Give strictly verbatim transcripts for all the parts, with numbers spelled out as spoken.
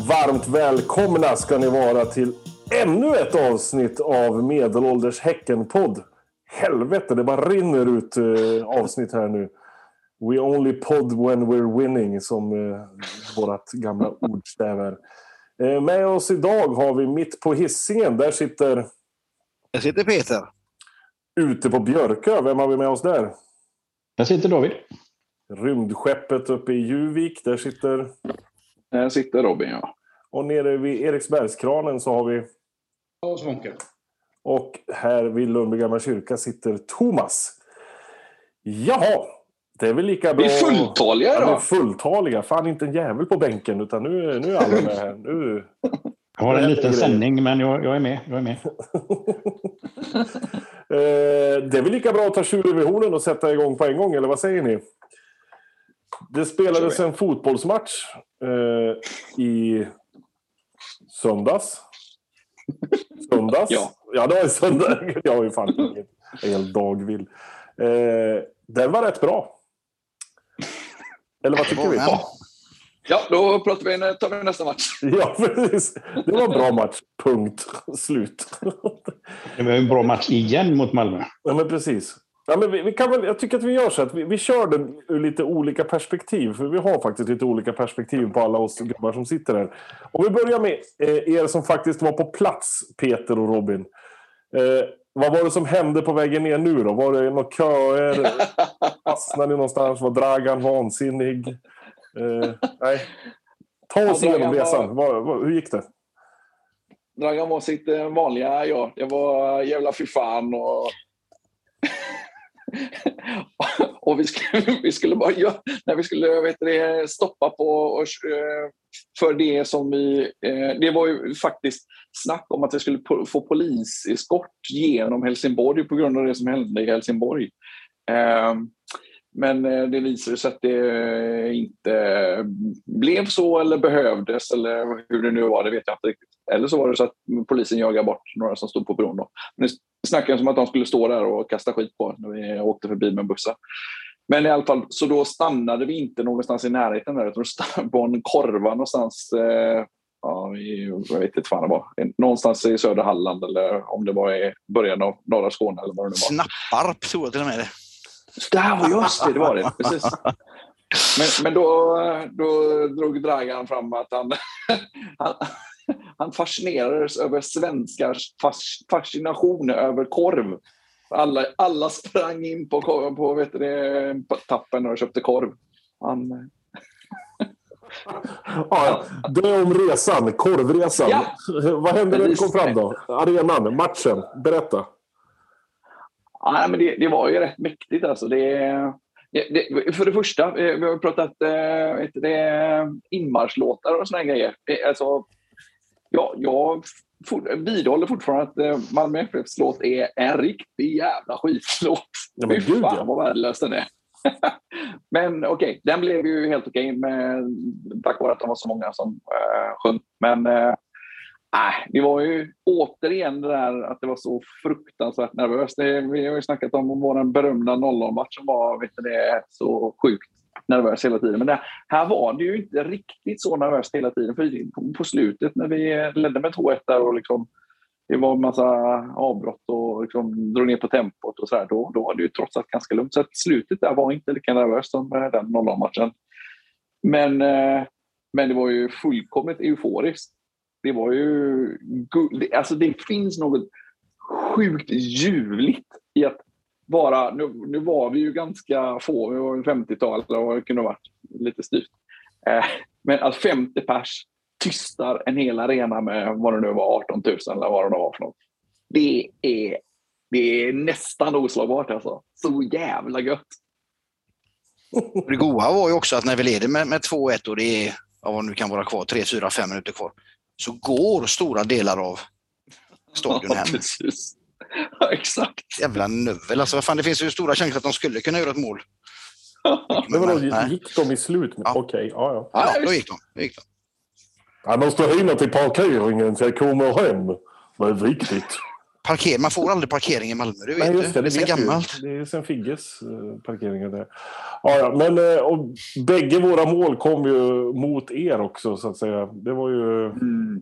Varmt välkomna ska ni vara till ännu ett avsnitt av Medelålders Häcken-podd. Helvete, det bara rinner ut uh, avsnitt här nu. We only pod when we're winning, som uh, vårat gamla ordstäver. Uh, med oss idag har vi mitt på Hisingen. Där sitter... Där sitter Peter. Ute på Björkö, vem har vi med oss där? Där sitter David. Rymdskeppet uppe i Juvik, där sitter... Där sitter Robin, ja. Och nere vid Eriksbergskranen så har vi... Ja, Svånke. Och här vid Lundby gamla kyrka sitter Thomas. Jaha, det är väl lika bra... Vi är fulltaliga då. Ja, vi är fulltaliga. Fan, inte en jävel på bänken, utan nu, nu är alla med här. Nu... Jag har en liten sändning, men jag, jag är med. Jag är med. Det är väl lika bra att ta tjuren vid hornen och sätta igång på en gång, eller vad säger ni? Det spelades en fotbollsmatch eh, i söndags. Söndags? Ja. Ja, det var i söndag. Jag har ju fan ingen hel dag vill. Eh, den var rätt bra. Eller vad tycker vi? Ja, ja då pratar vi, tar vi nästa match. Ja, precis. Det var en bra match. Punkt. Slut. Det var en bra match igen mot Malmö. Ja, men precis. Ja, men vi, vi kan väl, jag tycker att vi gör så att vi, vi kör den ur lite olika perspektiv. För vi har faktiskt lite olika perspektiv på alla oss gubbar som sitter här. Och vi börjar med eh, er som faktiskt var på plats, Peter och Robin. Eh, vad var det som hände på vägen ner nu då? Var det några köer? Fastnade ni någonstans? Var Dragan vansinnig? Eh, nej. Ta oss ja, igenom resan. var... Var, var, hur gick det? Dragan var sitt vanliga, ja. Det var jävla fy fan och... och vi skulle, vi skulle bara göra, när vi skulle vet det, stoppa på och, för det som vi det var ju faktiskt snack om att vi skulle få poliseskort genom Helsingborg på grund av det som hände i Helsingborg. Men det visade sig att det inte blev så eller behövdes eller hur det nu var, det vet jag inte riktigt. Eller så var det så att polisen jagade bort några som stod på bron då. Men det snackades om att de skulle stå där och kasta skit på när vi åkte förbi med bussar. Men i alla fall, så då stannade vi inte någonstans i närheten där, utan då stannade på en korva någonstans, eh, ja, i, jag vet inte vad det var, någonstans i södra Halland eller om det var i början av norra Skåne eller vad det nu var. Snapparp tror jag till och med det. Där var just det, det var det, precis. Men, men då, då drog Dragan fram att han, han, han fascinerades över svenskars fascination över korv. Alla, alla sprang in på, på, vet du, på tappen och köpte korv. Han... ja, det är om resan, korvresan. Ja. Vad hände när du kom fram då? Arenan, matchen, berätta. Ja, men det, det var ju rätt mäktigt alltså. Det, det, för det första, vi har pratat vet du, det, inmarschlåtar och såna grejer. Alltså, ja, jag vidhåller fortfarande att Malmö F F:s låt är en riktig jävla skitlåt. Ja, men Fy gud, fan ja. vad värdelös den är. Men okej, okay, den blev ju helt okej okay med, tack vare att det var så många som äh, sjöng. Men äh, det var ju återigen det där att det var så fruktansvärt nervöst. Det, vi har ju snackat om vår berömda noll noll-match som var, vet du, det är så sjukt nervös hela tiden. Men det, här var det ju inte riktigt så nervöst hela tiden. För på, på slutet när vi ledde med två ett där och liksom, det var en massa avbrott och liksom drog ner på tempot och så här, då, då var det ju trots allt ganska lugnt. Så att slutet där var inte lika nervöst som den noll noll-matchen. Men, men det var ju fullkomligt euforiskt. Det var ju... Alltså det finns något sjukt ljuvligt i att bara... Nu, nu var vi ju ganska få, vi var femtiotal och det kunde ha varit lite styrt. Eh, men att femtio pers tystar en hel arena med vad det nu var, arton tusen eller vad det var för något. Det är, det är nästan oslagbart alltså. Så jävla gött. Det goda var ju också att när vi leder med, med två ett och det är, vad nu kan vara kvar, tre, fyra, fem minuter kvar, så går stora delar av stadion hem. Ja, precis. Ja, exakt. Jävla nuvel. Alltså, vad fan, det finns ju stora chanser att de skulle kunna göra ett mål. Men vadå, gick de i slut? Ja. Okej, okay, ja, ja. Ja, då gick de. Då gick de. Jag måste hinna till parkeringen så jag kommer hem. Det är viktigt. parker, man får aldrig parkering i Malmö, du vet. Nej, just det, det är så gammalt. Det är sen Figges uh, parkeringar där. Ja, ja, men uh, och bägge våra mål kom ju mot er också, så att säga. Det var ju... Mm.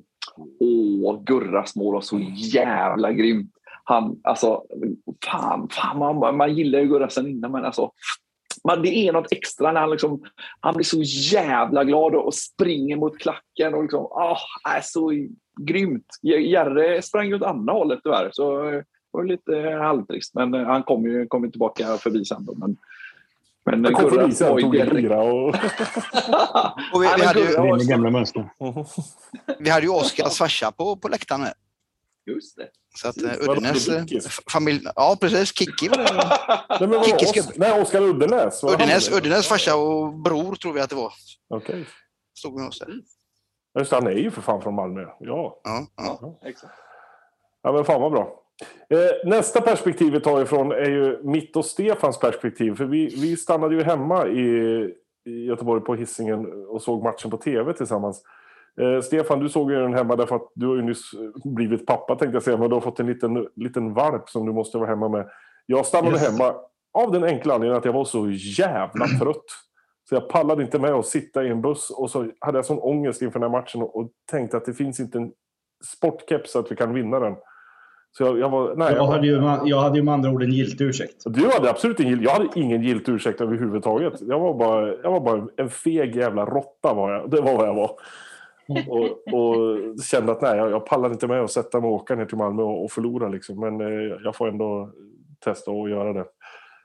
Åh, Gurras mål var så jävla grymt. Han, alltså, fan, fan man, man gillar ju Gurra sen innan, men alltså, man, det är något extra när han liksom, han blir så jävla glad och, och springer mot klacken och liksom, åh, är så grymt. Järre sprang ju åt andra hållet tyvärr, så det var lite halvtrist, men han kom ju, kom ju tillbaka förbi sen då, men men han kom förbi sen, tog en bira och... och vi, vi hade ju det gamla mönster. Vi hade ju Oskars farsa på, på läktaren här. Just det. Så att uh, Uddenäs familj, ja precis, Kiki var det. Nej, men Kiki Os- Nej, Oskar Uddenäs. Uddenäs, Uddenäs farsa och bror tror vi att det var. Okej. Okay. Stod med oss där. Just det, han är ju för fan från Malmö. Ja. Ja, ja. Ja, exakt. Ja, men fan vad bra. Eh, nästa perspektiv vi tar ifrån är ju mitt och Stefans perspektiv. För vi, vi stannade ju hemma i, i Göteborg på Hisingen och såg matchen på tv tillsammans. Eh, Stefan, du såg ju den hemma därför att du har ju nyss blivit pappa, tänkte jag säga. Men du har fått en liten, liten valp som du måste vara hemma med. Jag stannade yes. hemma av den enkla anledningen att jag var så jävla trött. Så jag pallade inte med att sitta i en buss. Och så hade jag sån ångest inför den här matchen och, och tänkte att det finns inte en sportkeps så att vi kan vinna den. Så jag, jag, var, nej, jag, jag, hade ju, jag hade ju med andra ord en giltig ursäkt. Du hade absolut ingen, jag hade ingen giltig ursäkt överhuvudtaget. Jag var bara, jag var bara en feg jävla råtta var jag. Det var vad jag var. Och, och kände att nej, jag, jag pallar inte med att sätta mig och åka ner till Malmö och, och förlora liksom. Men eh, jag får ändå testa att göra det.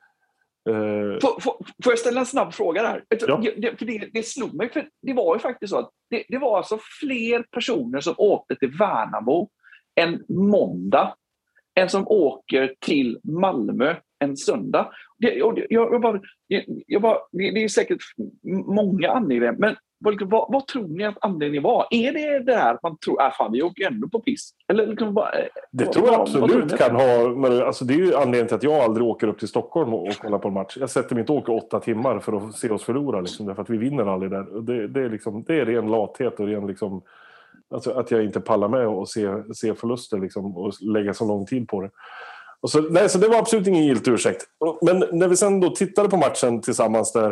Eh... Får, får, får jag ställa en snabb fråga där? Ja. Det, för det, det slog mig, för det var ju faktiskt så att det, det var alltså fler personer som åkte till Värnamo en måndag än som åker till Malmö en söndag. Det, jag, jag bara, jag, jag bara, det är säkert många anledningar, men vad, vad, vad tror ni att anledningen var? Är det det här att man tror att äh, fan, vi åker ändå på pisk? Eller liksom bara, det vad, tror jag vad, absolut vad kan ha, men alltså det är ju anledningen till att jag aldrig åker upp till Stockholm och, och kollar på en match. Jag sätter mig inte och åker åtta timmar för att se oss förlora liksom, därför att vi vinner aldrig där. Det, det, är liksom, det är ren lathet och ren liksom, alltså att jag inte pallar med och se, se förluster liksom, och lägga så lång tid på det. Och så, nej, så det var absolut ingen gilt ursäkt. Men när vi sen då tittade på matchen tillsammans där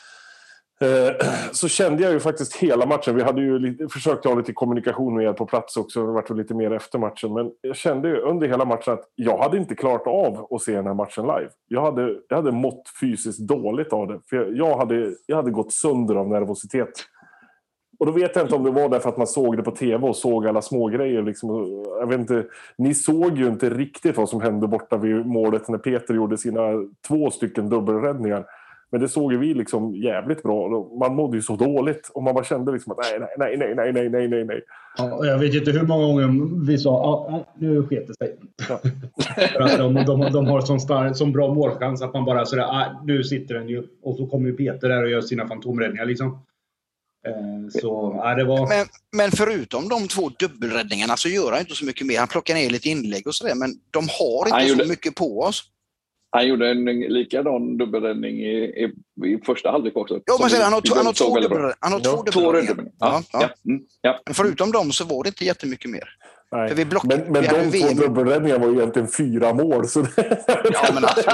eh, så kände jag ju faktiskt hela matchen. Vi hade ju lite, försökt ha lite kommunikation med er på plats också. Det var lite mer efter matchen. Men jag kände ju under hela matchen att jag hade inte klarat av att se den här matchen live. Jag hade, jag hade mått fysiskt dåligt av det. För jag, jag, hade, jag hade gått sönder av nervositet. Och då vet jag inte om det var därför att man såg det på tv och såg alla små grejer. Liksom. Jag vet inte, ni såg ju inte riktigt vad som hände borta vid målet när Peter gjorde sina två stycken dubbelräddningar. Men det såg ju vi liksom jävligt bra. Man mådde ju så dåligt. Och man bara kände liksom att nej, nej, nej, nej, nej, nej, nej, nej. Ja, jag vet inte hur många gånger vi sa ah, nu sker det sig. Ja. de, de, de har sån, stark, sån bra målchans att man bara sådär, ah, nu sitter den ju. Och så kommer ju Peter där och gör sina fantomräddningar liksom. Så, ja, det var... men, men förutom de två dubbelräddningarna så gör han inte så mycket mer. Han plockar ner lite inlägg och sådär, men de har inte han så gjorde, mycket på oss. Han gjorde en likadan dubbelräddning i, i, i första halvlek också. Ja, men sen, han har, to, han har två dubbelräddningar. Han har två dubbelräddningar. Ja, ja. Ja. Mm, ja. Men förutom dem så var det inte jättemycket mer. Nej. För vi block, men men vi de två V M... dubbelräddningarna var ju egentligen fyra mål. Så det... ja, men alltså.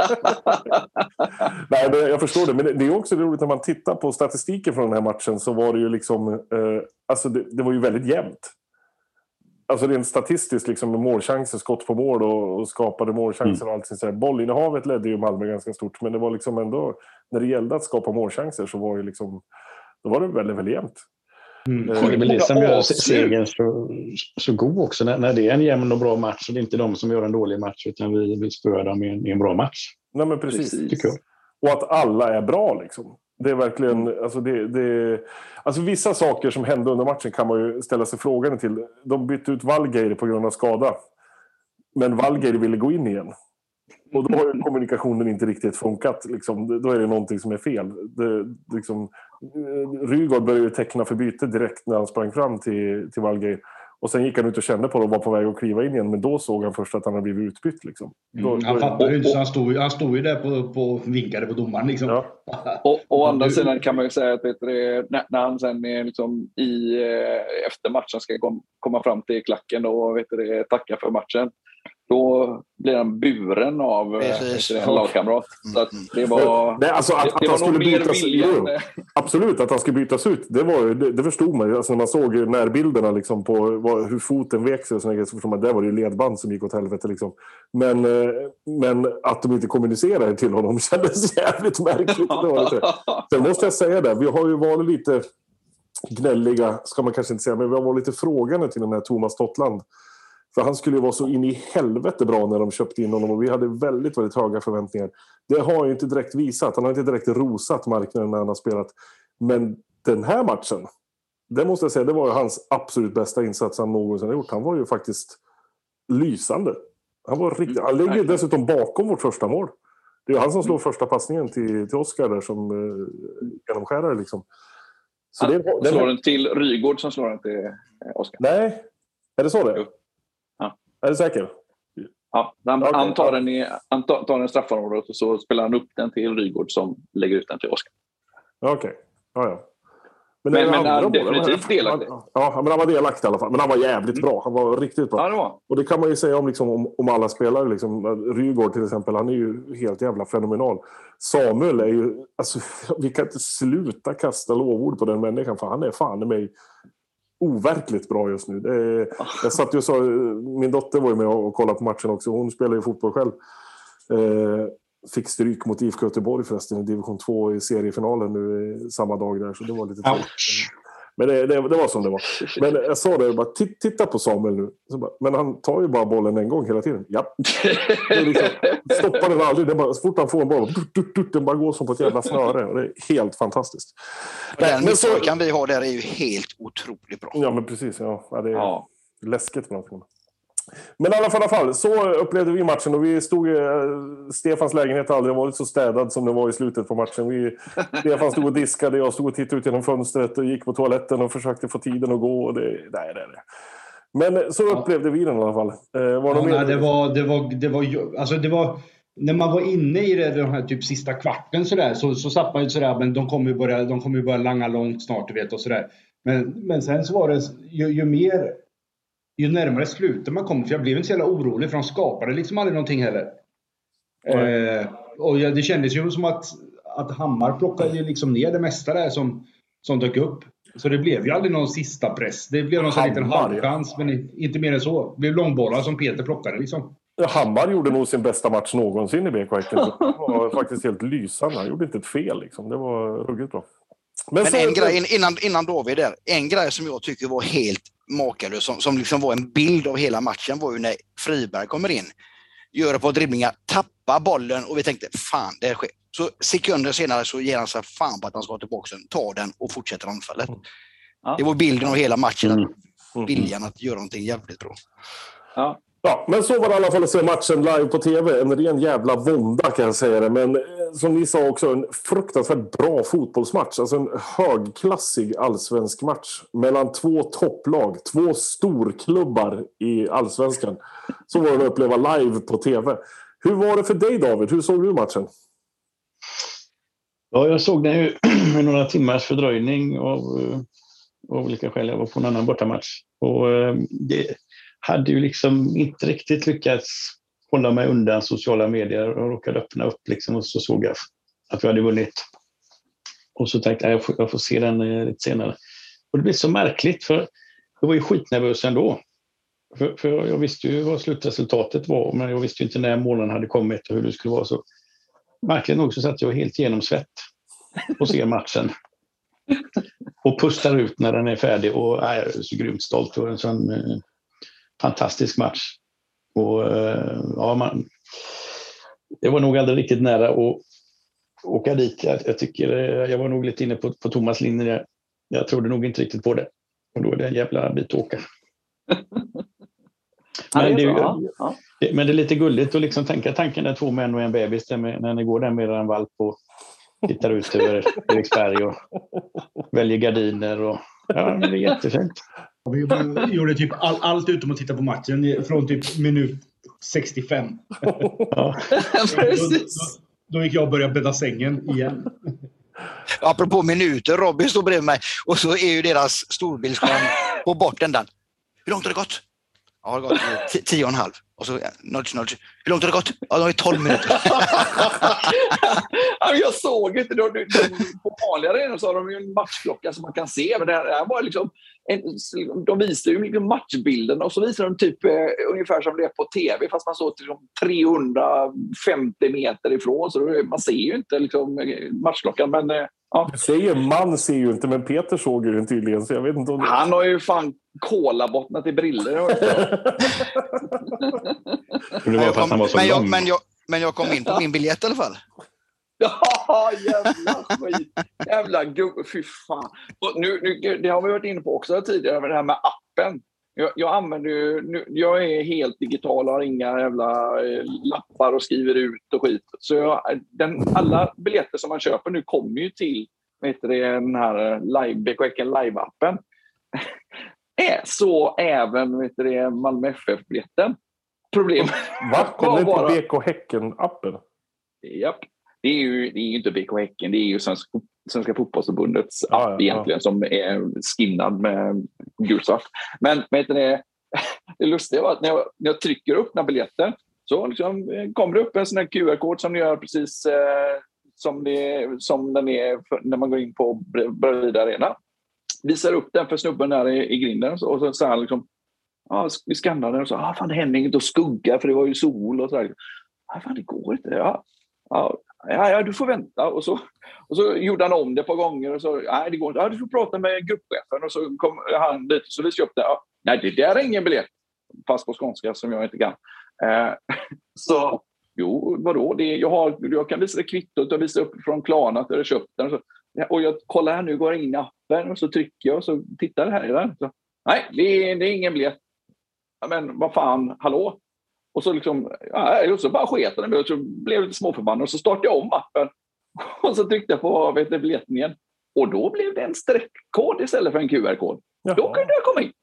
Nej, det, jag förstår det. Men det, det är också roligt när man tittar på statistiken från den här matchen så var det ju liksom... Eh, alltså det, det var ju väldigt jämnt. Alltså rent statistiskt liksom med målchanser, skott på mål och, och skapade målchanser och allt sånt. Bollinnehavet ledde ju Malmö ganska stort. Men det var liksom ändå... När det gällde att skapa målchanser så var ju liksom... Då var det väldigt, väldigt jämnt. Mm. Det är väl det som gör segern så, så god också. När, när det är en jämn och bra match så det är inte de som gör en dålig match utan vi, vi spöar dem i en, i en bra match. Nej, men precis. precis. Tycker jag. Och att alla är bra liksom. Det är verkligen, alltså det, det, alltså vissa saker som hände under matchen kan man ju ställa sig frågan till. De bytte ut Valgeir på grund av skada. Men Valgeir ville gå in igen. Och då har ju kommunikationen inte riktigt funkat. Liksom. Då är det någonting som är fel. Det, liksom, Rygaard började ju teckna för byte direkt när han sprang fram till, till Valgeir. Och sen gick han ut och kände på det och var på väg att kliva in igen. Men då såg han först att han hade blivit utbytt. Liksom. Då, mm, han fattade ju inte så han stod, han stod ju där på, på vinkade på domaren. Liksom. Ja. och, och å andra sidan kan man ju säga att vet du, när, när han sen är liksom i, efter matchen ska kom, komma fram till klacken och vet du, tacka för matchen. då blir han buren av Precis. en lagkamrat. Så att det var, Nej, alltså att, det, att det han var nog skulle mer bytas viljan. ut. Absolut, att han skulle bytas ut. Det, var, det, det förstod man ju. Alltså när man såg närbilderna liksom på vad, hur foten vek sig och såna grejer, så förstod man att det var ju ledband som gick åt helvete. Liksom. Men, men att de inte kommunicerade till honom kändes jävligt märkligt. Det var lite. Sen måste jag säga det, vi har ju varit lite gnälliga, ska man kanske inte säga, men vi har varit lite frågande till den här Thomas Tottland. För han skulle ju vara så in i helvete bra när de köpte in honom och vi hade väldigt, väldigt höga förväntningar. Det har ju inte direkt visat. Han har inte direkt rosat marknaden när han har spelat. Men den här matchen, det måste jag säga, det var ju hans absolut bästa insats han någonsin har gjort. Han var ju faktiskt lysande. Han var riktigt, han ligger dessutom bakom vårt första mål. Det är han som slår första passningen till, till Oskar där som eh, genomskärare liksom. Så han det, slår den till Rygård som slår den till Oskar. Nej, är det så det? Jo. Ja. Är du säker? Ja, han, okay. han tar den i han tar, tar den i straffområdet och så spelar han upp den till Rygård som lägger ut den till Oskar. Okej, okay. ja ja. Men, men, men han definitivt delaktig. Ja, men han var delaktig i alla fall. Men han var jävligt mm. bra. Han var riktigt bra. Ja, det var. Och det kan man ju säga om, liksom, om, om alla spelare. Liksom. Rygård till exempel, han är ju helt jävla fenomenal. Samuel är ju... Alltså, vi kan inte sluta kasta lovord på den människan. För han är fan i mig overkligt bra just nu. Det är, jag satt ju och sa... Min dotter var ju med och kollade på matchen också. Hon spelar ju fotboll själv. Eh, fick stryk mot I F K Göteborg förresten i division två i seriefinalen nu samma dag där, så det var lite tråkigt. Men det, det, det var som det var. Men jag sa det, bara, titta på Samuel nu. Så bara, men han tar ju bara bollen en gång hela tiden. Ja. Liksom, stoppar den aldrig. Den bara, så fort han får en boll, den bara går som på ett jävla snöre. Och det är helt fantastiskt. Den men så kan vi ha där är ju helt otroligt bra. Ja, men precis. Ja, ja det är ja. läskigt på något sätt. Men i alla fall, alla fall så upplevde vi matchen och vi stod Stefans lägenhet har aldrig varit så städad som det var i slutet på matchen. Vi, Stefan stod och diskade, jag stod och tittade ut genom fönstret och gick på toaletten och försökte få tiden att gå och det, nej, det är det. Men så upplevde ja. vi den i alla fall. Eh, var ja, nej, det var det var det var alltså det var när man var inne i det, den här typ sista kvarten så där så så satt man ju så där, men de kommer ju börja de kommer ju börja langa långt snart, du vet, och så där. Men men sen så var det ju, ju mer ju närmare slutet man kom, för jag blev inte så jävla orolig för de skapade liksom aldrig någonting heller. Eh, och ja, det kändes ju som att, att Hammar plockade liksom ner det mesta där som, som dök upp. Så det blev ju aldrig någon sista press. Det blev någon sån liten halvchans, men inte mer än så. Det blev långbollar som Peter plockade liksom. Ja, Hammar gjorde nog sin bästa match någonsin i B K Häcken. Det var faktiskt helt lysande. Han gjorde inte ett fel liksom. Det var ruggigt bra. Men, Men en grej innan, innan David där, en grej som jag tycker var helt makalös, som, som liksom var en bild av hela matchen, var ju när Friberg kommer in, gör ett par dribblingar, tappar bollen och vi tänkte, fan, det sker. Så sekunder senare så ger han sig fan på att han ska tillbaka den, tar den och fortsätter anfallet. Mm. Ja. Det var bilden av hela matchen, mm. Mm. viljan att göra någonting jävligt bra. Ja. Ja, men så var det i alla fall att se matchen live på tv. En ren jävla vånda kan jag säga det. Men som ni sa också, en fruktansvärt bra fotbollsmatch. Alltså en högklassig allsvensk match. Mellan två topplag. Två storklubbar i allsvenskan. Så var det att uppleva live på tv. Hur var det för dig, David? Hur såg du matchen? Ja, jag såg den ju med några timmars fördröjning av, av olika skäl. Jag var på en annan bortamatch. Och det hade ju liksom inte riktigt lyckats hålla mig undan sociala medier och råkade öppna upp liksom, och så såg jag att vi hade vunnit. Och så tänkte jag, jag får, jag får se den lite senare. Och det blev så märkligt, för jag var ju skitnervös ändå. För, för jag visste ju vad slutresultatet var, men jag visste ju inte när målen hade kommit och hur det skulle vara. Så märkligt nog så satt jag helt genomsvett och ser matchen. Och pustar ut när den är färdig och äh, jag är så grymt stolt för en sån eh, fantastisk match. Och eh, ja, man, det var nog aldrig riktigt nära att åka dit. Jag, jag tycker eh, jag var nog lite inne på, på Thomas linje där. Jag trodde nog inte riktigt på det. Och då är det en jävla bit att åka. Men det, är, ja, ja. det, men det är lite gulligt att liksom tänka tanken där två män och en bebis där med, när ni går där med en valp och tittar ut över Eriksberg och väljer gardiner. Och, ja, det är jättefint. Vi gjorde typ all, allt utom att titta på matchen från typ minut sextiofem. Ja. då, då, då gick jag och började bädda sängen igen. Apropå minuter, Robin står bredvid mig och så är ju deras storbildsskärm på borten där. Hur långt har det gått? Ja, det har gått tio och en halv. Och så nudge, nudge. Hur långt har det gått? Ja, det är tolv minuter. Jag såg inte. De, de, på vanliga arenor så har de ju en matchklocka som man kan se. Men det här, det här var liksom... En, de visar ju liksom matchbilden och så visar de typ eh, ungefär som det är på tv fast man såg liksom trehundrafemtio meter ifrån. Så då, man ser ju inte liksom, matchklockan. Men, eh, ja. Du säger man ser ju inte, men Peter såg ju den tydligen. Så jag vet inte om det... Han har ju fan kolabottnat i briller. Det var för att han var så men, jag, lång. men, jag, men jag kom in på min biljett i alla fall. Ja, jävla skit. Jävla gubbe, fy fan. Och nu, nu, det har vi varit inne på också tidigare med det här med appen. Jag, jag använder ju, nu, jag är helt digital och har inga jävla eh, lappar och skriver ut och skit. Så jag, den, alla biljetter som man köper nu kommer ju till vet du, den här live, B K Häcken live-appen. Är så även vet du, Malmö F F-biljetten. Problemet Va? Kommer det bara... till B K Häcken-appen? Japp. Det är ju det är ju inte B K Häcken, det är ju Svenska, Svenska fotbollsförbundets ja, app ja, egentligen ja. Som är skinnad med gulsvart. Men vet du, det, det lustiga var att när jag, när jag trycker upp den här biljetten så liksom kommer det upp en sån här Q R-kod som ni gör precis eh, som, det, som den är för, när man går in på Bravida Arena. Visar upp den för snubben där i, i grinden och så säger han liksom ja, vi skannar den och så ah, fan det händer inget och skugga för det var ju sol och så där. Ah, fan det går inte, ja. Ja, ja, du får vänta. Och så, och så gjorde han om det ett par gånger. Och så, nej, det går inte. Ja, du får prata med gruppchefen. Och så kom han dit och så visade jag upp det. Ja, nej, det där är ingen biljett. Fast på skånska som jag inte kan. Eh, så, jo, vadå? Det, jag, har, jag kan visa det kvittot och visa upp från Klarna att jag har köpt den. Och, så, och jag kollar här nu, går jag in i appen och så trycker jag och så tittar det här i den. Så, nej, det är, det är ingen biljett. Ja, men vad fan, hallå? Och så liksom, ja, så bara sketen med och så blev jag lite småförbannad och så startade jag om appen och så tryckte jag på vet du, biljetten igen och då blev det en streckkod istället för en Q R-kod. Jaha. Då kunde jag komma in.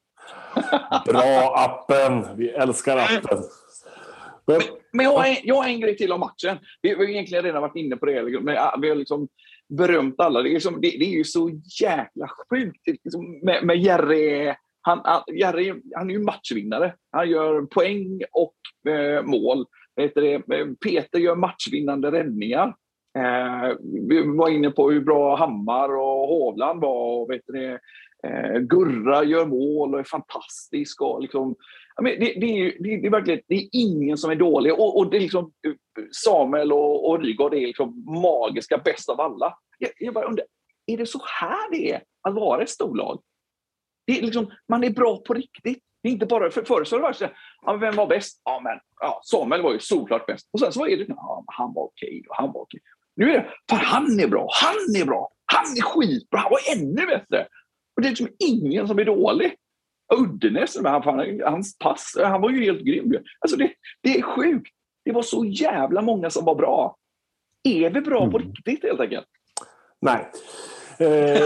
Bra appen, vi älskar appen. Men, men, men jag, har en, jag har en grej till om matchen. Vi, vi har egentligen redan varit inne på det, men vi har liksom berömt alla. Det är, liksom, det, det är ju så jäkla sjukt liksom, med, med Jerry. Han, han, Jerry, han är ju matchvinnare. Han gör poäng och eh, mål. Vet du, Peter gör matchvinnande räddningar. Eh, vi var inne på hur bra Hammar och Hovland var. Och vet du, eh, Gurra gör mål och är fantastisk. Och liksom, ja, men det, det, är, det, det, är verkligen, det är ingen som är dålig. Och, och det är liksom, Samuel och, och Rygaard är liksom magiska, bäst av alla. Jag, jag bara undrar, är det så här det är att vara ett storlag? Det är liksom, man är bra på riktigt. Det är inte bara för förr så var det så ja, vem var bäst? Ja men ja, Samuel var ju såklart bäst. Och sen så var det ja, han var okej och han var okej. Nu är det fan han är bra. Han är bra. Han är skitbra. Han var ännu bättre. Och det är liksom ingen som är dålig. Uddenäs han fan, hans pass, han var ju helt grym. Alltså det, det är sjukt. Det var så jävla många som var bra. Är vi bra mm. på riktigt helt enkelt? Nej. Eh...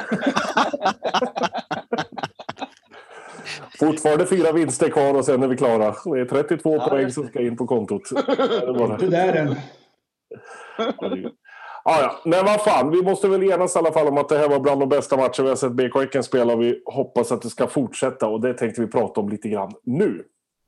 Fortfarande fyra vinster kvar och sen är vi klara. Det är trettiotvå ja, poäng som ska in på kontot. Det där är en... Ja, ja. Men vad fan, vi måste väl enas i alla fall om att det här var bland de bästa matcher vi har sett B K Häcken spela och vi hoppas att det ska fortsätta och det tänkte vi prata om lite grann nu.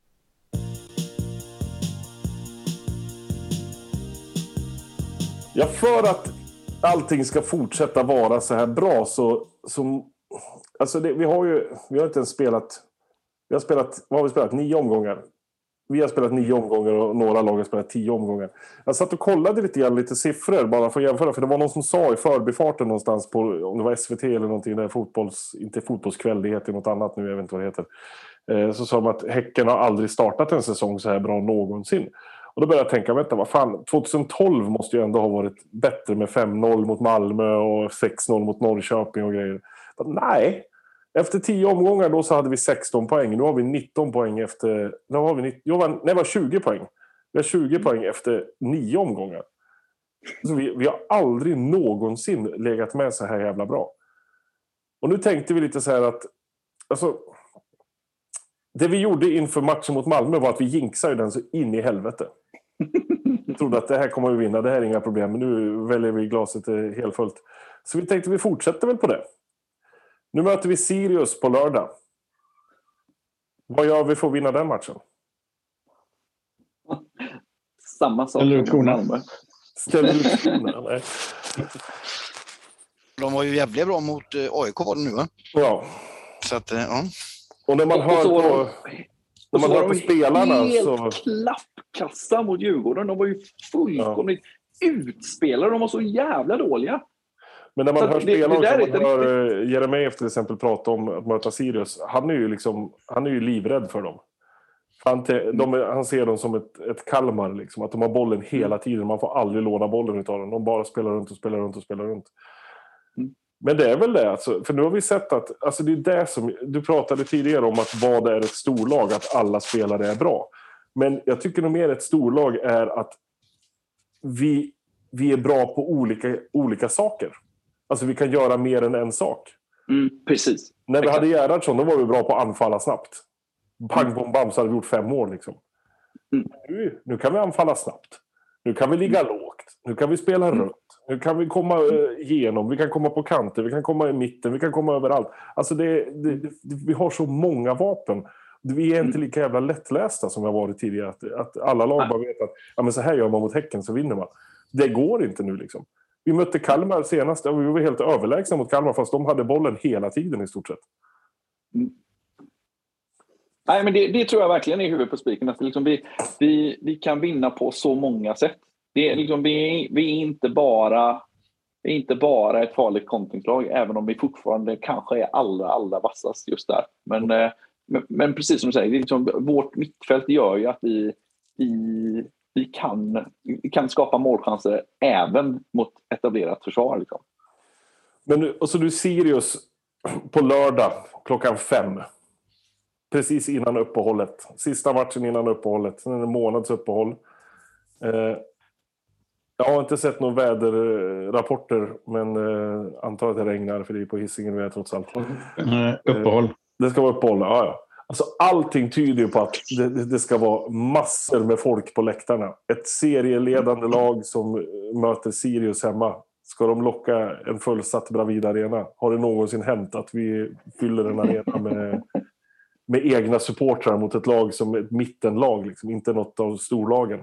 Ja, för att allting ska fortsätta vara så här bra så... så alltså det, vi har ju vi har inte ens spelat vi har spelat vad har vi spelat nio omgångar. Vi har spelat nio omgångar och några lag har spelat tio omgångar. Jag satt och kollade lite grann lite siffror bara för att jämföra för det var någon som sa i förbifarten någonstans på om det var S V T eller någonting där fotbolls inte fotbollskväll det heter något annat nu jag vet inte vad det heter. Eh, så sa de att Häcken har aldrig startat en säsong så här bra någonsin. Och då började jag tänka, vänta, vad fan, tjugohundratolv måste ju ändå ha varit bättre med fem noll mot Malmö och sex noll mot Norrköping och grejer. Men nej, efter tio omgångar då så hade vi sexton poäng. Nu har vi nitton poäng efter... Nu har vi, jag var, nej, det var tjugo poäng. Vi har tjugo poäng efter nio omgångar. Så vi, vi har aldrig någonsin legat med så här jävla bra. Och nu tänkte vi lite så här att... Alltså, det vi gjorde inför matchen mot Malmö var att vi jinxade den så in i helvete. Jag trodde att det här kommer vi vinna, det här är inga problem. Men nu väljer vi glaset helt fullt. Så vi tänkte vi fortsätter väl på det. Nu möter vi Sirius på lördag. Vad gör vi för att vinna den matchen? Samma sak. Ställer ut skorna. Ställer ut skorna, nej. De var ju jävligt bra mot A I K var det nu, va? Ja. Så att, ja. Och när man Och hör så var på, de- när man så hör var på de spelarna helt så... klappkassa mot Djurgården. De var ju fullkomligt utspelade. De var så jävla dåliga. Men när man Så hör det- det spelarna där också, är man inte hör eh, Jeremejeff till exempel prata om att möta Sirius. Han är ju liksom, han är ju livrädd för dem. Han, te, de, är- han ser dem som ett, ett Kalmar, liksom, att de har bollen hela tiden. Man får aldrig låna bollen utav dem. De bara spelar runt och spelar runt och spelar runt. Mm. Men det är väl det, alltså, för nu har vi sett att alltså det är det som, du pratade tidigare om att vad är ett storlag, att alla spelare är bra. Men jag tycker nog mer ett storlag är att vi, vi är bra på olika, olika saker. Alltså vi kan göra mer än en sak. Mm, precis. När vi Exakt. hade Gerhardsson, då var vi bra på att anfalla snabbt. Pang, bom, bam, så hade vi gjort fem mål liksom. Mm. Nu, nu kan vi anfalla snabbt. Nu kan vi ligga lågt. Nu kan vi spela Mm. rött. Nu kan vi komma uh, igenom. Vi kan komma på kanter. Vi kan komma i mitten. Vi kan komma överallt. Alltså det, det, det, vi har så många vapen. Vi är inte lika jävla lättlästa som vi har varit tidigare. Att, att alla lag bara vet att ja, men så här gör man mot Häcken så vinner man. Det går inte nu liksom. Vi mötte Kalmar senast och vi var helt överlägsna mot Kalmar fast de hade bollen hela tiden i stort sett. Mm. Nej, men det, det tror jag verkligen är huvudet på spiken. Att liksom vi, vi, vi kan vinna på så många sätt. Det är liksom, vi, vi, är inte bara, vi är inte bara ett farligt kontingslag, även om vi fortfarande kanske är allra, allra vassast just där. Men, mm. men, men precis som du säger, det är liksom, vårt mittfält gör ju att vi, vi, vi, kan, vi kan skapa målchanser även mot etablerat försvar. Liksom. Men och så du Sirius på lördag klockan fem. Precis innan uppehållet. Sista matchen innan uppehållet. Sen är det en månads uppehåll. Eh, jag har inte sett några väderrapporter. Men eh, antar att det regnar. För det är på Hisingen vi är trots allt. Eh, uppehåll. Eh, det ska vara uppehåll, ja ja. Alltså allting tyder ju på att det, det ska vara massor med folk på läktarna. Ett serieledande lag som möter Sirius hemma. Ska de locka en fullsatt Bravida Arena? Har det någonsin hänt att vi fyller en arena med... med egna supportrar mot ett lag som ett mittenlag, liksom, inte något av storlagen.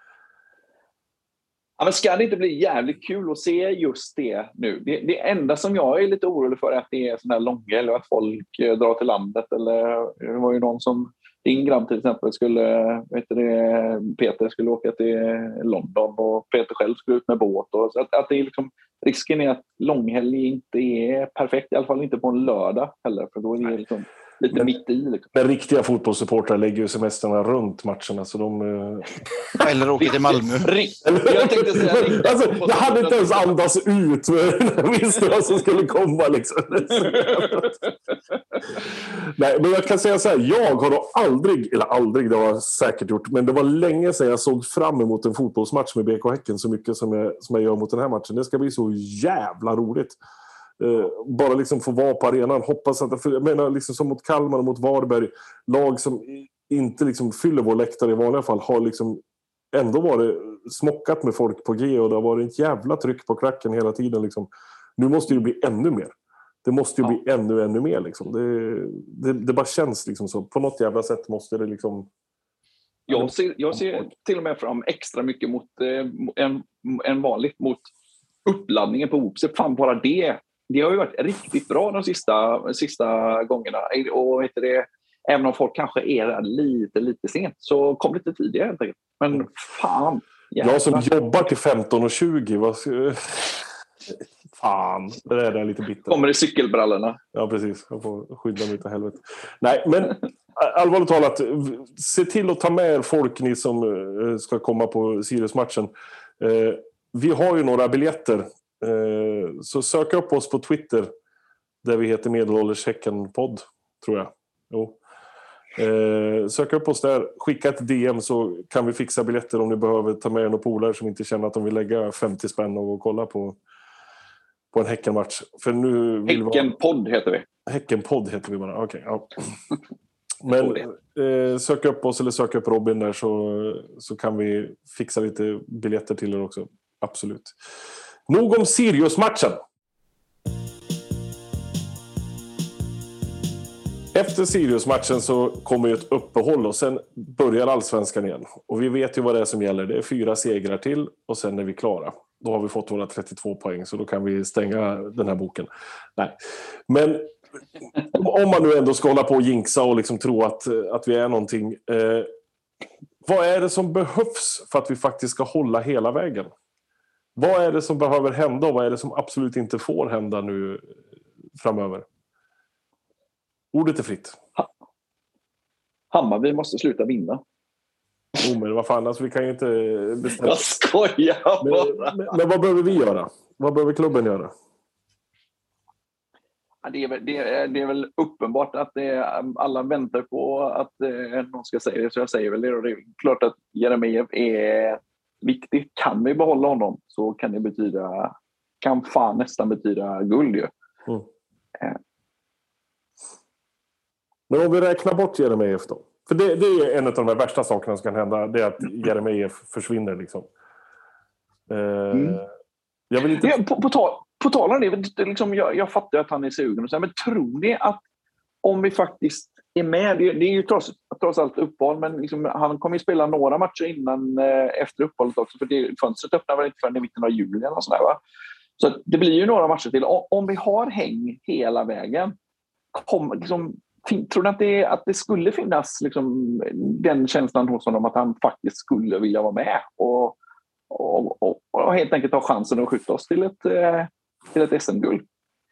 Ja, men ska det inte bli jävligt kul att se just det nu? Det, det enda som jag är lite orolig för är att det är sån här långa eller att folk eh, drar till landet. Eller, det var ju någon som, din grabb till exempel, skulle, vet du det, Peter skulle åka till London och Peter själv skulle ut med båt. Och, så att, att det är liksom, risken är att långhelg inte är perfekt, i alla fall inte på en lördag heller, för då är det liksom lite men, mitt i. Liksom. Men riktiga fotbollssupportrar lägger ju semesterna runt matcherna. Så de, eh... Eller åker till Malmö. Jag tänkte säga alltså, jag hade inte ens andas ut. Jag visste vad som skulle komma. Liksom. Nej, men jag kan säga så här. Jag har då aldrig, eller aldrig, det har jag säkert gjort. Men det var länge sedan jag såg fram emot en fotbollsmatch med B K Häcken så mycket som jag, som jag gör mot den här matchen. Det ska bli så jävla roligt. Uh, bara liksom få vara på arenan. Hoppas att, för jag menar liksom som mot Kalmar och mot Varberg, lag som inte liksom fyller vår läktare i vanliga fall har liksom ändå varit smockat med folk på G och det har varit ett jävla tryck på klacken hela tiden liksom. Nu måste det bli ännu mer. Det måste ju ja. bli ännu ännu mer liksom. Det, det, det bara känns liksom så. På något jävla sätt måste det liksom. Jag ser, jag ser till och med fram extra mycket mot eh, en, en vanligt mot uppladdningen på Opse. Fan, bara det. Det har ju varit riktigt bra de sista, sista gångerna. Och vet det, även om folk kanske är lite, lite sent så kom lite tidigare helt enkelt. Men fan. Jävlar. Jag som jobbar till femton och tjugo. Vad... Fan, det där är lite bitter. Kommer i cykelbrallorna. Ja, precis. Jag får skydda mig till helvete. Nej, men allvarligt talat, se till att ta med er folk ni som ska komma på Sirius-matchen. Vi har ju några biljetter. Så sök upp oss på Twitter där vi heter Medelålders Häcken-podd, tror jag. Jo. Sök upp oss där, skicka ett D M så kan vi fixa biljetter om ni behöver ta med några polare som inte känner att de vill lägga femtio spänn och kolla på på en Häckenmatch. För nu vill Häckenpodd heter vi. Häckenpodd heter vi bara, okej. Okay, ja. Men eh, sök upp oss eller sök upp Robin där så, så kan vi fixa lite biljetter till er också. Absolut. Nog om Sirius-matchen. Efter Sirius-matchen så kommer ju ett uppehåll och sen börjar allsvenskan igen. Och vi vet ju vad det är som gäller. Det är fyra segrar till och sen är vi klara. Då har vi fått våra trettiotvå poäng så då kan vi stänga den här boken. Nej. Men om man nu ändå ska hålla på och jinxa och liksom tro att, att vi är någonting. Eh, vad är det som behövs för att vi faktiskt ska hålla hela vägen? Vad är det som behöver hända och vad är det som absolut inte får hända nu framöver? Ordet är fritt. Hammarby måste sluta vinna. Oh, men vad fan, alltså, vi kan ju inte bestämma. Jag skojar bara. Men, men, men vad behöver vi göra? Vad behöver klubben göra? Ja, det, är väl, det, är, det är väl uppenbart att det, alla väntar på att eh, någon ska säga det, så jag säger väl det. Och det är klart att Jeremejeff är viktigt. Kan vi behålla honom så kan det betyda, kan fan nästan betyda guld ju. Mm. Eh. Men om vi räknar bort Jeremejeff då? För det, det är en av de värsta sakerna som kan hända. Det är att Jeremejeff försvinner liksom. Eh, mm. jag vill inte... ja, på, på, tal, på tal om det, det liksom, jag, jag fattar att han är sugen. Och så här, men tror ni att om vi faktiskt är med, det, det är ju trots, trots allt uppehåll, men liksom, han kommer ju spela några matcher innan eh, efter uppehållet också. För det, fönstret öppnar väl inte förrän i mitten av juli eller sådär, va? Så att det blir ju några matcher till. Om, om vi har häng hela vägen, kom, liksom, tror du att det, att det skulle finnas liksom, den känslan hos honom att han faktiskt skulle vilja vara med och, och, och, och helt enkelt ha chansen att skjuta oss till ett, eh, till ett S M-guld?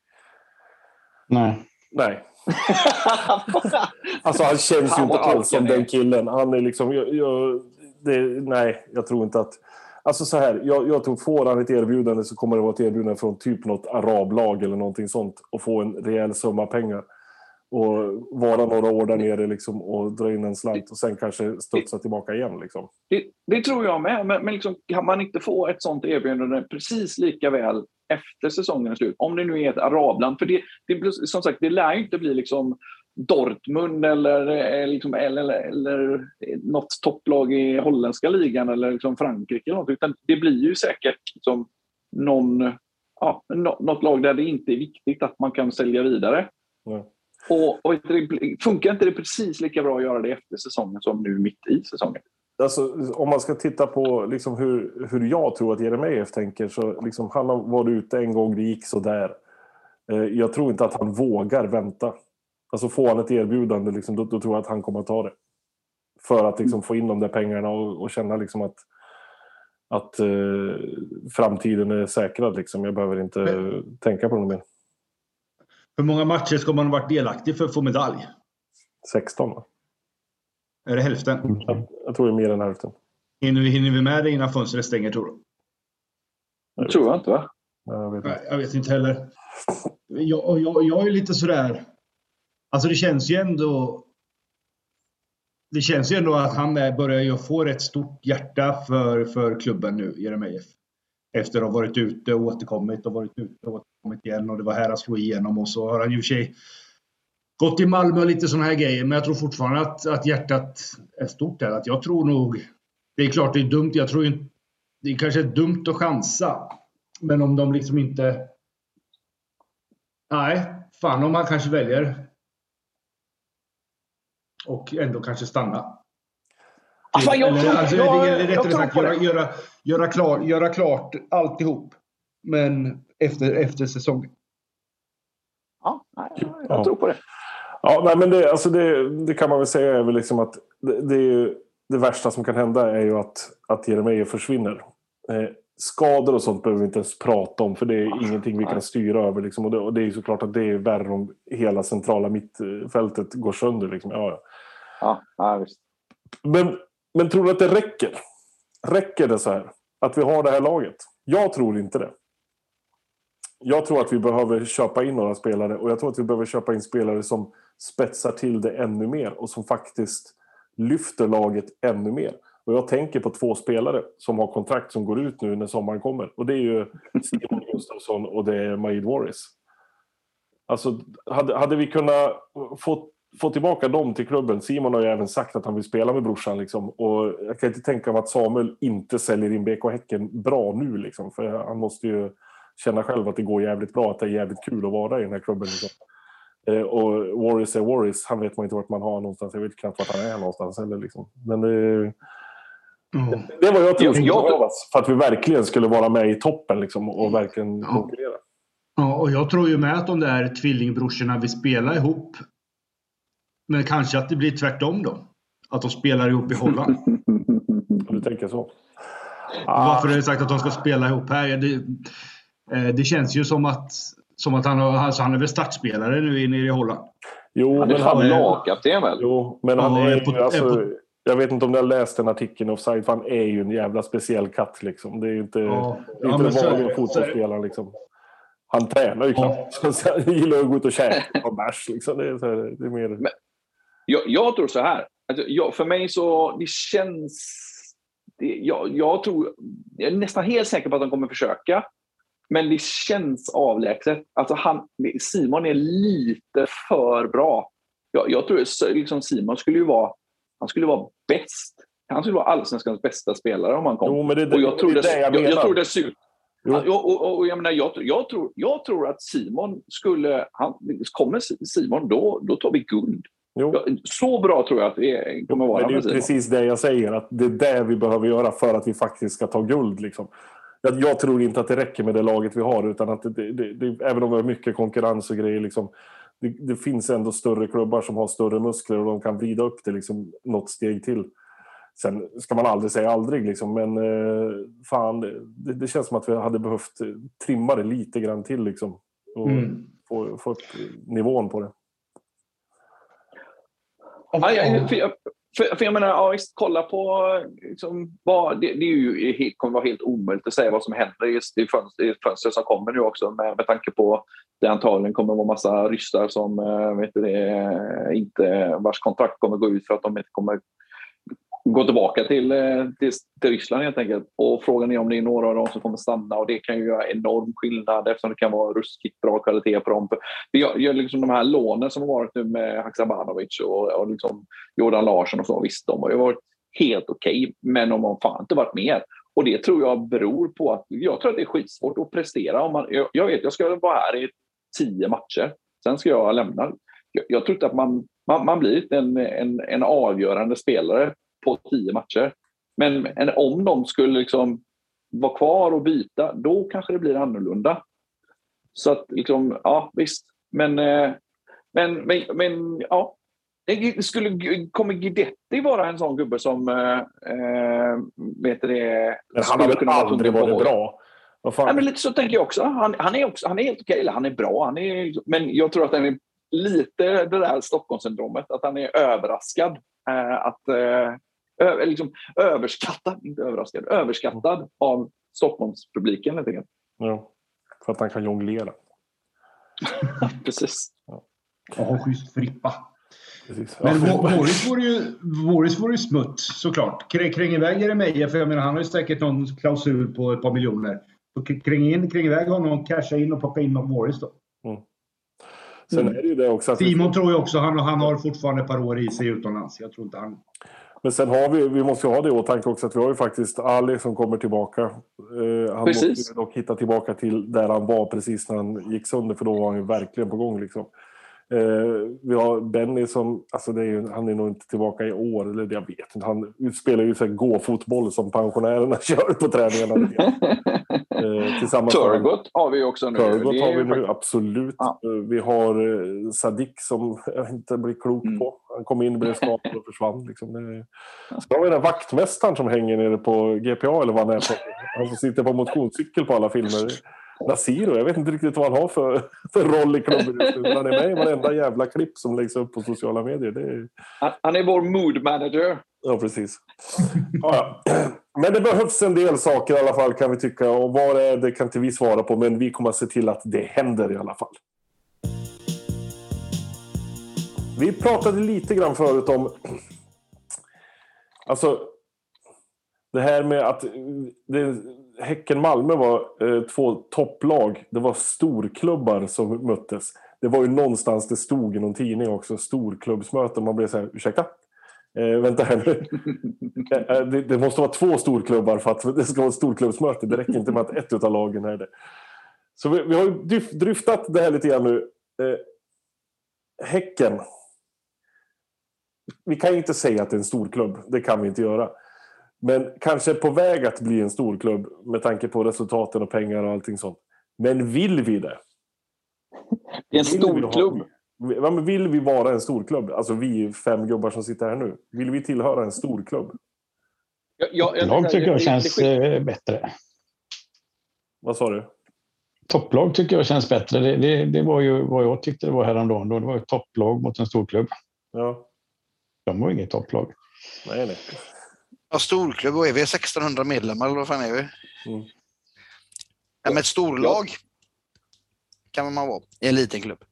Nej. Nej. Alltså han känns han ju inte alls som den killen. Han är liksom, jag, jag, det, nej, jag tror inte att... Alltså så här, jag, jag tror får han ett erbjudande så kommer det vara ett erbjudande från typ något arablag eller någonting sånt och få en rejäl summa pengar. Och vara några år där nere liksom, och dra in en slant och sen kanske studsa tillbaka igen. Liksom. Det, det tror jag med. Men, men liksom, kan man inte få ett sånt erbjudande precis lika väl efter säsongen slut? Om det nu är ett arabland. För det, det, som sagt, det lär ju inte bli liksom Dortmund eller, liksom, eller, eller något topplag i holländska ligan eller liksom Frankrike. Eller något, utan det blir ju säkert liksom någon, ja, något lag där det inte är viktigt att man kan sälja vidare. Mm. Och, och funkar inte det precis lika bra att göra det efter säsongen som nu mitt i säsongen? Alltså, om man ska titta på liksom hur, hur jag tror att Jeremejeff tänker så liksom, han har varit ute en gång, det gick så där. Eh, jag tror inte att han vågar vänta. Alltså får han ett erbjudande liksom, då, då tror jag att han kommer att ta det. För att liksom, få in de där pengarna och, och känna liksom, att, att eh, framtiden är säkrad. Liksom. Jag behöver inte Men... tänka på det mer. Hur många matcher ska man ha varit delaktig för att få medalj? sexton, va? Är det hälften? Jag, jag tror det är mer än hälften. Hinner vi, hinner vi med det innan fönstret stänger, tror du? Jag tror jag inte, va? Jag vet inte, Nej, jag vet inte heller. Jag, jag, jag är lite sådär... Alltså det känns ju ändå... Det känns ju ändå att han börjar ju få ett stort hjärta för, för klubben nu, Jeremejeff. Efter att ha varit ute och återkommit och varit ute och återkommit igen. Och det var här att slå igenom. Och så har han ju för sig gått i Malmö och lite sådana här grejer. Men jag tror fortfarande att, att hjärtat är stort där. Att jag tror nog... Det är klart det är dumt. Jag tror ju... Det är kanske dumt att chansa. Men om de liksom inte... Nej, fan om han kanske väljer... Och ändå kanske stanna. Alltså, jag, Eller, alltså, jag, det är rättare jag sagt göra, göra, göra, klar, göra klart alltihop. Men efter, efter säsongen. Ja, jag, jag ja. tror på det. Ja, nej, men det, alltså det, det kan man väl säga är väl liksom att det, det, är ju, det värsta som kan hända är ju att, att Jeremejeff försvinner. Eh, skador och sånt behöver vi inte ens prata om för det är ja, ingenting vi kan styra över. Liksom, och, det, och det är ju såklart att det är värre om hela centrala mittfältet går sönder. Liksom. Ja, ja. Ja, ja, visst. Men, men tror du att det räcker? Räcker det så här? Att vi har det här laget? Jag tror inte det. Jag tror att vi behöver köpa in några spelare och jag tror att vi behöver köpa in spelare som spetsar till det ännu mer och som faktiskt lyfter laget ännu mer. Och jag tänker på två spelare som har kontrakt som går ut nu när sommaren kommer. Och det är ju Simon Gustafsson och det är Majid Waris. Alltså, hade, hade vi kunnat få, få tillbaka dem till klubben. Simon har ju även sagt att han vill spela med brorsan. Liksom. Och jag kan inte tänka mig att Samuel inte säljer in B K Häcken bra nu. Liksom. För han måste ju känna själv att det går jävligt bra. Att det är jävligt kul att vara i den här klubben. Liksom. Eh, och Warriors är Warriors. Han vet man inte vart man har någonstans. Jag vet knappt vart han är någonstans. Eller liksom. Men det, mm. det var jag tror jag, jag, för att vi verkligen skulle vara med i toppen liksom, och verkligen ja. konkurrera. Ja, och jag tror ju med att de där tvillingbrorsorna vill spela ihop. Men kanske att det blir tvärtom då. Att de spelar ihop i Holland. Du tänker så. Ah. Varför har jag sagt att de ska spela ihop här? Det, det känns ju som att, som att han, alltså han är väl startspelare nu nere i Holland. Jo, han är fan lagkapten väl? Jo, men han ja, är, är på, ju, alltså, är på, jag vet inte om du har läst en artikel i Offside, för han är ju en jävla speciell katt liksom. Det är ju inte, ja, det är inte ja, vanliga fotbollsspelaren liksom. Han tränar ju knappt. Ja. Han gillar att gå ut och käka och bärs liksom. Det är, så här, det är mer... Men, jag, jag tror så här. Alltså, jag, för mig så, det känns... Det, jag, jag tror... Jag är nästan helt säker på att de kommer försöka. Men det känns avlägset. Alltså han, Simon är lite för bra. Jag, jag tror liksom Simon skulle ju vara... Han skulle vara bäst. Han skulle vara allsvenskans bästa spelare om han kom. Jo, men det, och jag tror det, det jag, jag, jag tror det ser ut. Jo. Och, och, och jag menar, jag, jag, tror, jag tror att Simon skulle... Han, kommer Simon, då, då tar vi guld. Jo. Så bra tror jag att det kommer vara. Men det är precis det jag säger, att det är det vi behöver göra för att vi faktiskt ska ta guld liksom. jag, jag tror inte att det räcker med det laget vi har, utan att det, det, det, även om vi har mycket konkurrens och grejer liksom, det, det finns ändå större klubbar som har större muskler och de kan vrida upp det liksom något steg till. Sen ska man aldrig säga aldrig liksom, men eh, fan, det, det känns som att vi hade behövt trimma det lite grann till liksom, och mm. få, få upp nivån på det. Ja, jag, för, jag, för, för jag menar, ja, visst, kolla på liksom, vad, det, det är ju helt, kommer vara helt omöjligt att säga vad som händer i det fönster, fönster som kommer nu också, med, med tanke på det antagligen kommer vara massa ryssar som vet det, inte, vars kontrakt kommer gå ut för att de inte kommer gå tillbaka till, till, till Ryssland helt enkelt. Och frågan är om det är några av dem som kommer stanna, och det kan ju göra enorm skillnad eftersom det kan vara ruskigt bra kvalitet på dem. Det gör, gör liksom de här lånen som har varit nu med Haksabanovic och, och liksom Jordan Larsson och så, visst, de har ju varit helt okej, okay, men de har fan inte varit mer. Och det tror jag beror på att jag tror att det är skitsvårt att prestera. Om man, jag, jag vet, jag ska vara här i tio matcher, sen ska jag lämna. Jag, jag tror inte att man, man, man blir en, en, en avgörande spelare på tio matcher. Men en, om de skulle liksom vara kvar och byta, då kanske det blir annorlunda. Så att liksom, ja visst. Men, men, men, men ja. Det skulle, kommer Guidetti vara en sån gubbe som äh, vet det, men han har väl aldrig varit bra. Ja, men lite så tänker jag också. Han, han är också han är helt okej, eller han är bra. Han är, men jag tror att han är lite det där Stockholmssyndromet, att han är överraskad. Äh, att äh, Ö, liksom, överskattad, inte överraskad, överskattad mm. av Stockholmspubliken lite grann. Ja, för att han kan jonglera. Precis. Ja. Och ha schysst frippa. Precis. Men Boris var ju Boris var ju smutt såklart. Kring iväg är det Meja, för jag menar han har ju säkert någon klausul på ett par miljoner. Så kring in kring iväg har någon casha in och plocka in av Boris då. Mm. Sen mm. är det ju det också att Simon vi... tror jag också han han har fortfarande ett par år i sig utomlands. Jag tror inte han. Men sen har vi, vi måste ju ha det i åtanke också att vi har ju faktiskt Ali som kommer tillbaka. Eh, han precis. måste ju dock hitta tillbaka till där han var precis när han gick sönder, för då var han ju verkligen på gång liksom. Eh, vi har Benny som, alltså det är ju, han är nog inte tillbaka i år, eller jag vet inte, han spelar ju så här gå-fotboll som pensionärerna kör på träningarna. eh, tillsammans Turgot har vi också nu. Turgot har vi nu, absolut. Ja. Vi har eh, Sadik som jag inte blir klok mm. på. Han kom in, blev skadad och försvann. Liksom. Det, så har vi den vaktmästaren som hänger nere på G P A, eller vad han är på. Han som sitter på motionscykel på alla filmer. Nasiro, jag vet inte riktigt vad han har för, för roll i klubben just nu. Han är med i varenda jävla klipp som läggs upp på sociala medier. Det är... Han är vår mood manager. Ja, precis. Ja, ja. Men det behövs en del saker i alla fall, kan vi tycka. Och vad är det kan inte vi svara på, men vi kommer att se till att det händer i alla fall. Vi pratade lite grann förut om alltså det här med att det, Häcken-Malmö var eh, två topplag. Det var storklubbar som möttes. Det var ju någonstans det stod i någon tidning också, storklubbsmöten. Man blev så här, ursäkta? Eh, vänta här nu. eh, det, det måste vara två storklubbar för att det ska vara ett storklubbsmöte. Det räcker inte med att ett utav lagen är det. Så vi, vi har ju dryftat det här lite grann nu. Eh, Häcken. Vi kan inte säga att det är en stor klubb. Det kan vi inte göra. Men kanske på väg att bli en stor klubb med tanke på resultaten och pengar och allting sånt. Men vill vi det? Det är en stor klubb. Ja, men vill vi vara en stor klubb? Alltså vi fem gubbar som sitter här nu. Vill vi tillhöra en stor klubb? Jag, jag, jag, Lag tycker jag det, känns det, det, bättre. Vad sa du? Topplag tycker jag känns bättre. Det, det, det var ju vad jag tyckte det var häromdagen. Då. Det var ett topplag mot en stor klubb. Ja. De var inget topplag. Nej, nej. Ja, storklubb, vad är vi? sextonhundra medlemmar eller vad fan är vi? Mm. Ja, men ett storlag kan man vara i en liten klubb.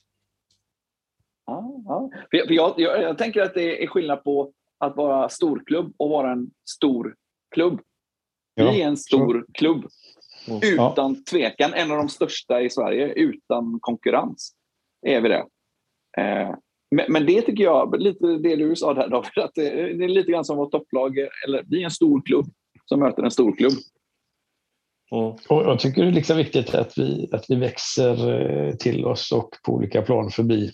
Ja, ja. För jag, för jag, jag, jag tänker att det är skillnad på att vara storklubb och vara en stor klubb. Ja, vi är en stor så. klubb. Mm. Utan ja. tvekan, en av de största i Sverige. Utan konkurrens är vi det. Eh, men, men det tycker jag, lite det du sa där David, att det, det är lite grann som vårt topplag. Eller vi är en stor klubb som möter en stor klubb. Mm. Och jag tycker det är liksom viktigt att vi, att vi växer till oss och på olika plan förbi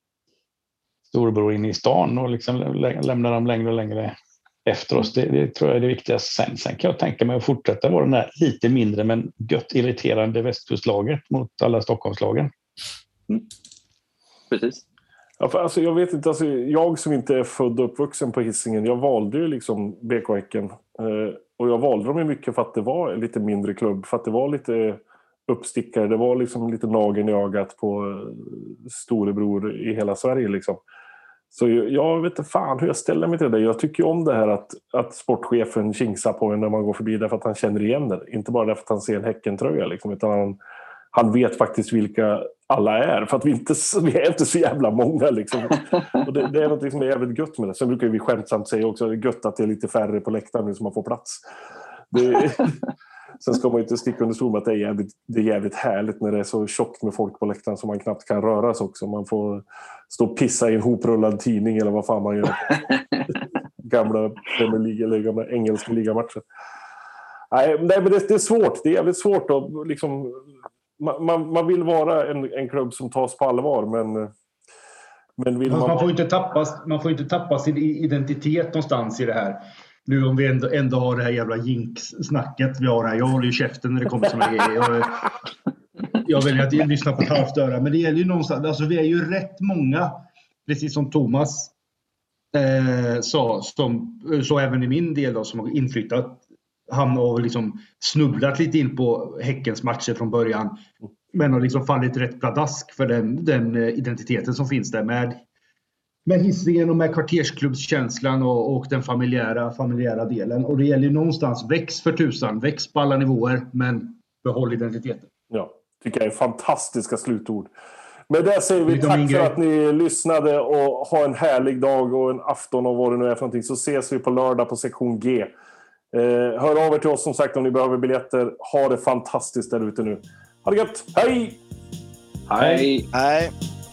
storebror in i stan och liksom lä- lämnar dem längre och längre efter oss. Det, det tror jag är det viktigaste. Sen, sen kan jag tänka mig att fortsätta vara den där lite mindre men gött irriterande västkustlaget mot alla Stockholmslagen. Mm. Precis. Ja, för alltså, jag vet inte, alltså, jag som inte är född och uppvuxen på Hisingen, jag valde ju liksom B K Häcken. Eh, och jag valde dem ju mycket för att det var en lite mindre klubb, för att det var lite uppstickare, det var liksom lite nageln i ögat på storebror i hela Sverige liksom. Så jag, jag vet inte fan hur jag ställer mig till det. Jag tycker om det här att, att sportchefen kingsar på en när man går förbi därför att han känner igen det. Inte bara därför att han ser en Häckentröja liksom, utan han, han vet faktiskt vilka alla är. För att vi, inte, vi är inte så jävla många liksom. Och det, det är något som är jävligt gött med det. Sen brukar vi skämtsamt säga också att det är gött att det är lite färre på läktaren nu så man får plats. Det, sen ska man ju inte sticka under stol med att det är, jävligt, det är jävligt härligt när det är så tjockt med folk på läktaren så man knappt kan röra sig också. Man får stå och pissa i en hoprullad tidning eller vad fan man gör. Gamla Premier League eller gamla engelska ligamatcher. Nej, men det, det är svårt. Det är jävligt svårt att liksom... Man, man vill vara en, en klubb som tas på allvar, men, men vill man... Man får inte tappa, man får inte tappa sin identitet någonstans i det här. Nu om vi ändå, ändå har det här jävla jinx-snacket vi har här. Jag håller ju käften när det kommer såna grejer. Jag, jag väljer att lyssna på halvt. Men det gäller ju någonstans... Alltså vi är ju rätt många, precis som Thomas eh, sa, som, så även i min del då, som har inflyttat. Han har liksom snubblat lite in på Häckens matcher från början. Men har liksom fallit rätt pladask för den, den identiteten som finns där med, med Hisingen och med kvartersklubbskänslan och, och den familjära, familjära delen. Och det gäller ju någonstans, väx för tusan, väx på alla nivåer, men behåll identiteten. Ja, tycker jag är fantastiska slutord. Men där säger vi tack för att ni lyssnade och ha en härlig dag och en afton och vad det nu är för någonting. Så ses vi på lördag på sektion G. Eh, hör av er till oss som sagt om ni behöver biljetter. Ha det fantastiskt där ute nu. Ha det gött. Hej! Hej! Hej!